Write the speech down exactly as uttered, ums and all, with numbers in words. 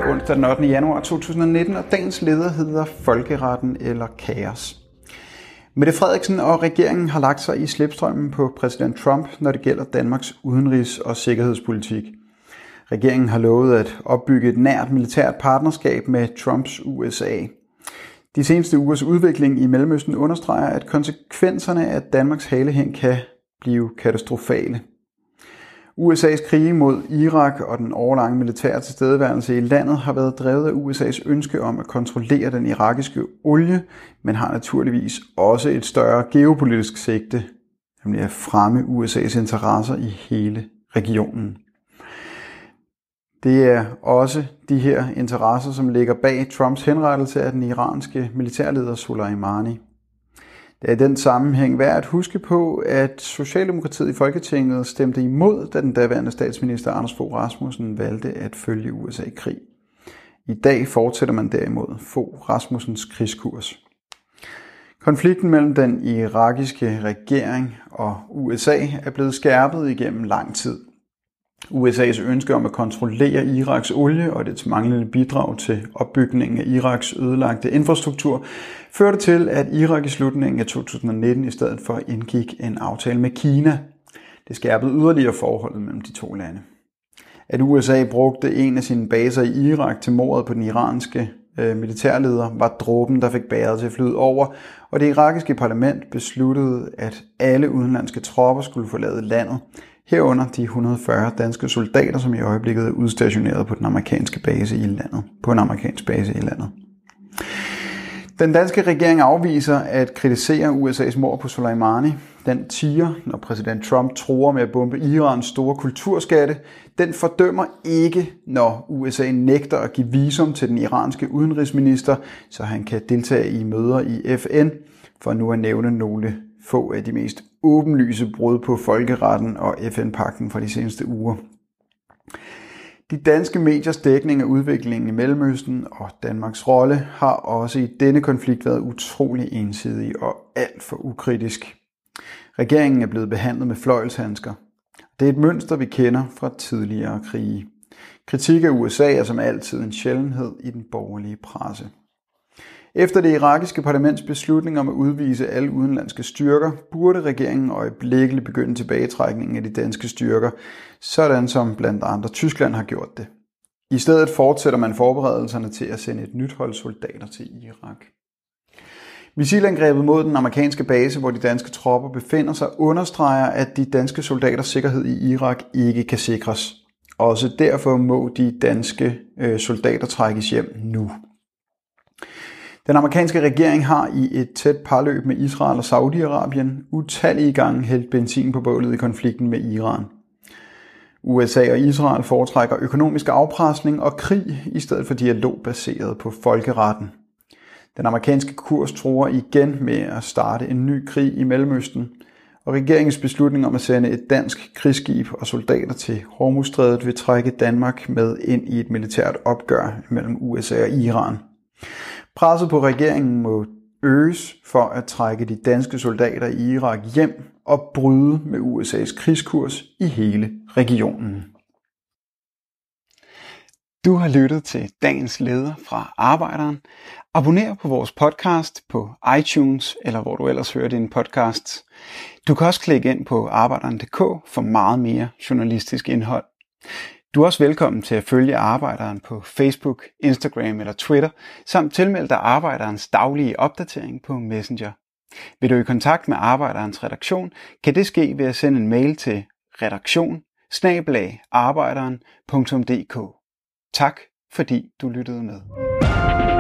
onsdag den ottende januar to tusind nitten, og dagens leder hedder Folkeretten eller kaos. Mette Frederiksen og regeringen har lagt sig i slipstrømmen på præsident Trump, når det gælder Danmarks udenrigs- og sikkerhedspolitik. Regeringen har lovet at opbygge et nært militært partnerskab med Trumps U S A. De seneste ugers udvikling i Mellemøsten understreger, at konsekvenserne af Danmarks halehæng kan blive katastrofale. U S A's krige mod Irak og den årelange militære tilstedeværelse i landet har været drevet af U S A's ønske om at kontrollere den irakiske olie, men har naturligvis også et større geopolitisk sigte, nemlig at fremme U S A's interesser i hele regionen. Det er også de her interesser, som ligger bag Trumps henrettelse af den iranske militærleder Soleimani. Det er i den sammenhæng værd at huske på, at Socialdemokratiet i Folketinget stemte imod, da den daværende statsminister Anders Fogh Rasmussen valgte at følge U S A i krig. I dag fortsætter man derimod Fogh Rasmussens krigskurs. Konflikten mellem den irakiske regering og U S A er blevet skærpet igennem lang tid. U S A's ønske om at kontrollere Iraks olie og dets manglende bidrag til opbygningen af Iraks ødelagte infrastruktur førte til, at Irak i slutningen af to tusind nitten i stedet for indgik en aftale med Kina. Det skærpede yderligere forholdet mellem de to lande. At U S A brugte en af sine baser i Irak til mordet på den iranske øh, militærleder var dråben, der fik bæret til at flyde over, og det irakiske parlament besluttede, at alle udenlandske tropper skulle forlade landet, herunder de et hundrede og fyrre danske soldater, som i øjeblikket er udstationeret på den amerikanske base i landet, på en amerikansk base i landet. Den danske regering afviser at kritisere U S A's mord på Soleimani. Den tiger, når præsident Trump truer med at bombe Irans store kulturskatte. Den fordømmer ikke, når U S A nægter at give visum til den iranske udenrigsminister, så han kan deltage i møder i F N, for nu at nævne nogle få af de mest åbenlyse brud på folkeretten og F N-pagten fra de seneste uger. De danske mediers dækning af udviklingen i Mellemøsten og Danmarks rolle har også i denne konflikt været utrolig ensidig og alt for ukritisk. Regeringen er blevet behandlet med fløjlshandsker. Det er et mønster, vi kender fra tidligere krige. Kritik af U S A er som altid en sjældenhed i den borgerlige presse. Efter det irakiske parlaments beslutning om at udvise alle udenlandske styrker, burde regeringen øjeblikkeligt begynde tilbagetrækningen af de danske styrker, sådan som blandt andre Tyskland har gjort det. I stedet fortsætter man forberedelserne til at sende et nyt hold soldater til Irak. Missilangrebet mod den amerikanske base, hvor de danske tropper befinder sig, understreger, at de danske soldaters sikkerhed i Irak ikke kan sikres. Også derfor må de danske øh, soldater trækkes hjem nu. Den amerikanske regering har i et tæt parløb med Israel og Saudi-Arabien utallige gange hældt benzin på bålet i konflikten med Iran. U S A og Israel foretrækker økonomisk afpresning og krig i stedet for dialog baseret på folkeretten. Den amerikanske kurs truer igen med at starte en ny krig i Mellemøsten, og regeringens beslutning om at sende et dansk krigsskib og soldater til Hormuzstrædet vil trække Danmark med ind i et militært opgør mellem U S A og Iran. Presset på regeringen må øges for at trække de danske soldater i Irak hjem og bryde med U S A's krigskurs i hele regionen. Du har lyttet til dagens leder fra Arbejderen. Abonner på vores podcast på iTunes eller hvor du ellers hører dine podcasts. Du kan også klikke ind på arbejderen punktum d k for meget mere journalistisk indhold. Du er også velkommen til at følge Arbejderen på Facebook, Instagram eller Twitter, samt tilmelde dig Arbejderens daglige opdatering på Messenger. Vil du i kontakt med Arbejderens redaktion, kan det ske ved at sende en mail til redaktion bindestreg arbejderen punktum d k. Tak fordi du lyttede med.